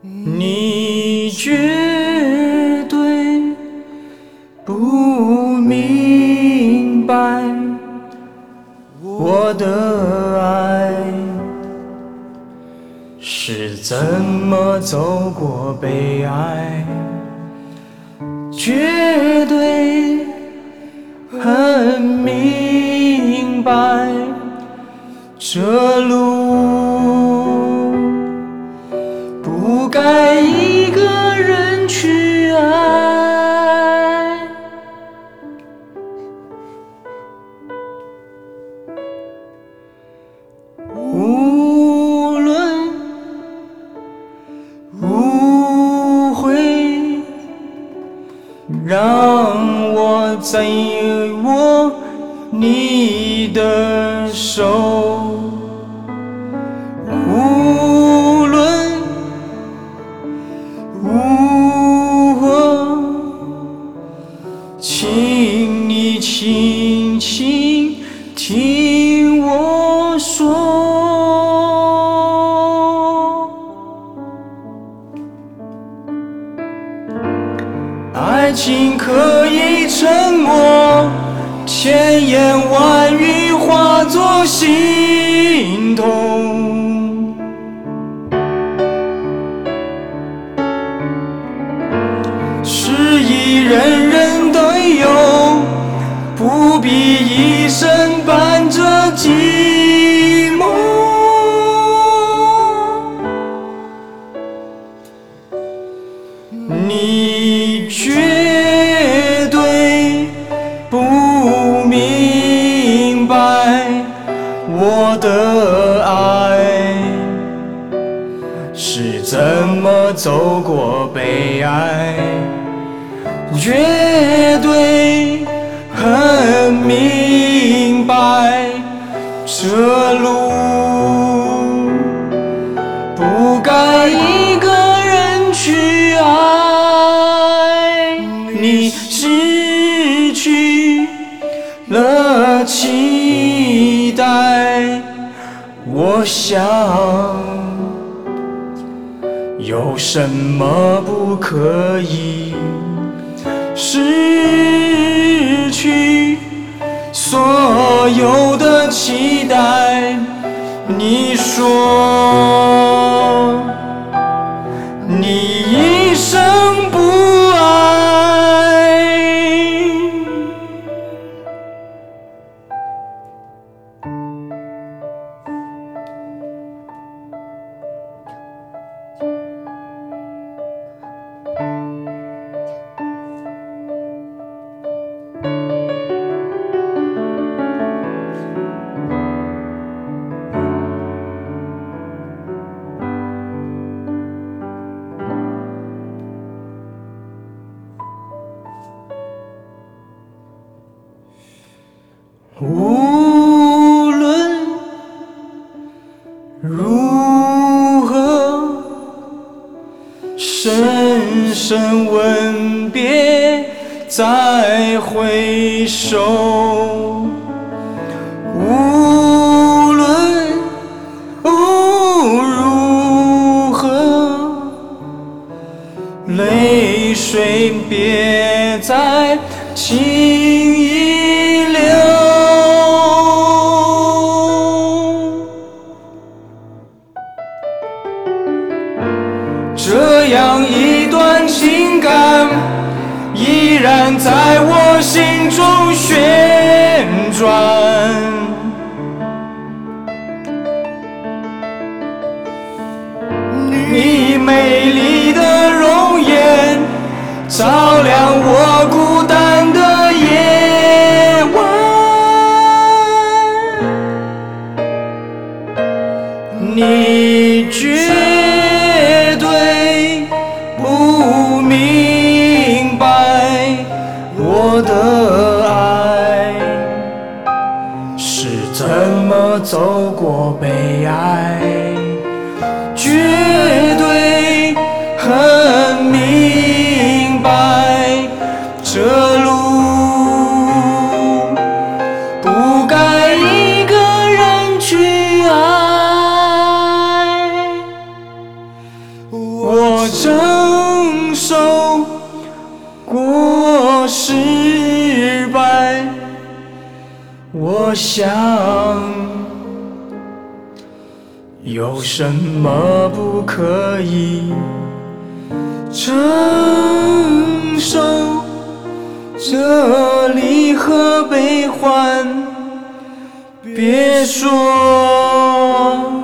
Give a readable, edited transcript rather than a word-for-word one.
你绝对不明白我的爱是怎么走过悲哀，绝对很明白这路不该一个人去爱。无论无悔，让我再握你的手。无论如何，请你轻轻听我说。爱情可以沉默，千言万语化作心痛。失意人人都有，不必一生伴着寂寞。你绝对不明白我的爱是怎么走过悲哀，绝对很明白这路不该一个人去爱。你失去了期待，我想有什么不可以失去所有的期待？你说你一生不爱，无论如何，深深吻别，再回首。无论如何，泪水别再轻易流。这样一段情感依然在我心中旋转，你美丽的容颜照亮我孤单的夜晚。你绝对不明白我的爱是怎么走过悲哀，绝对很明白这路不该一个人去爱。我我想，有什么不可以承受？这离合悲欢，别说。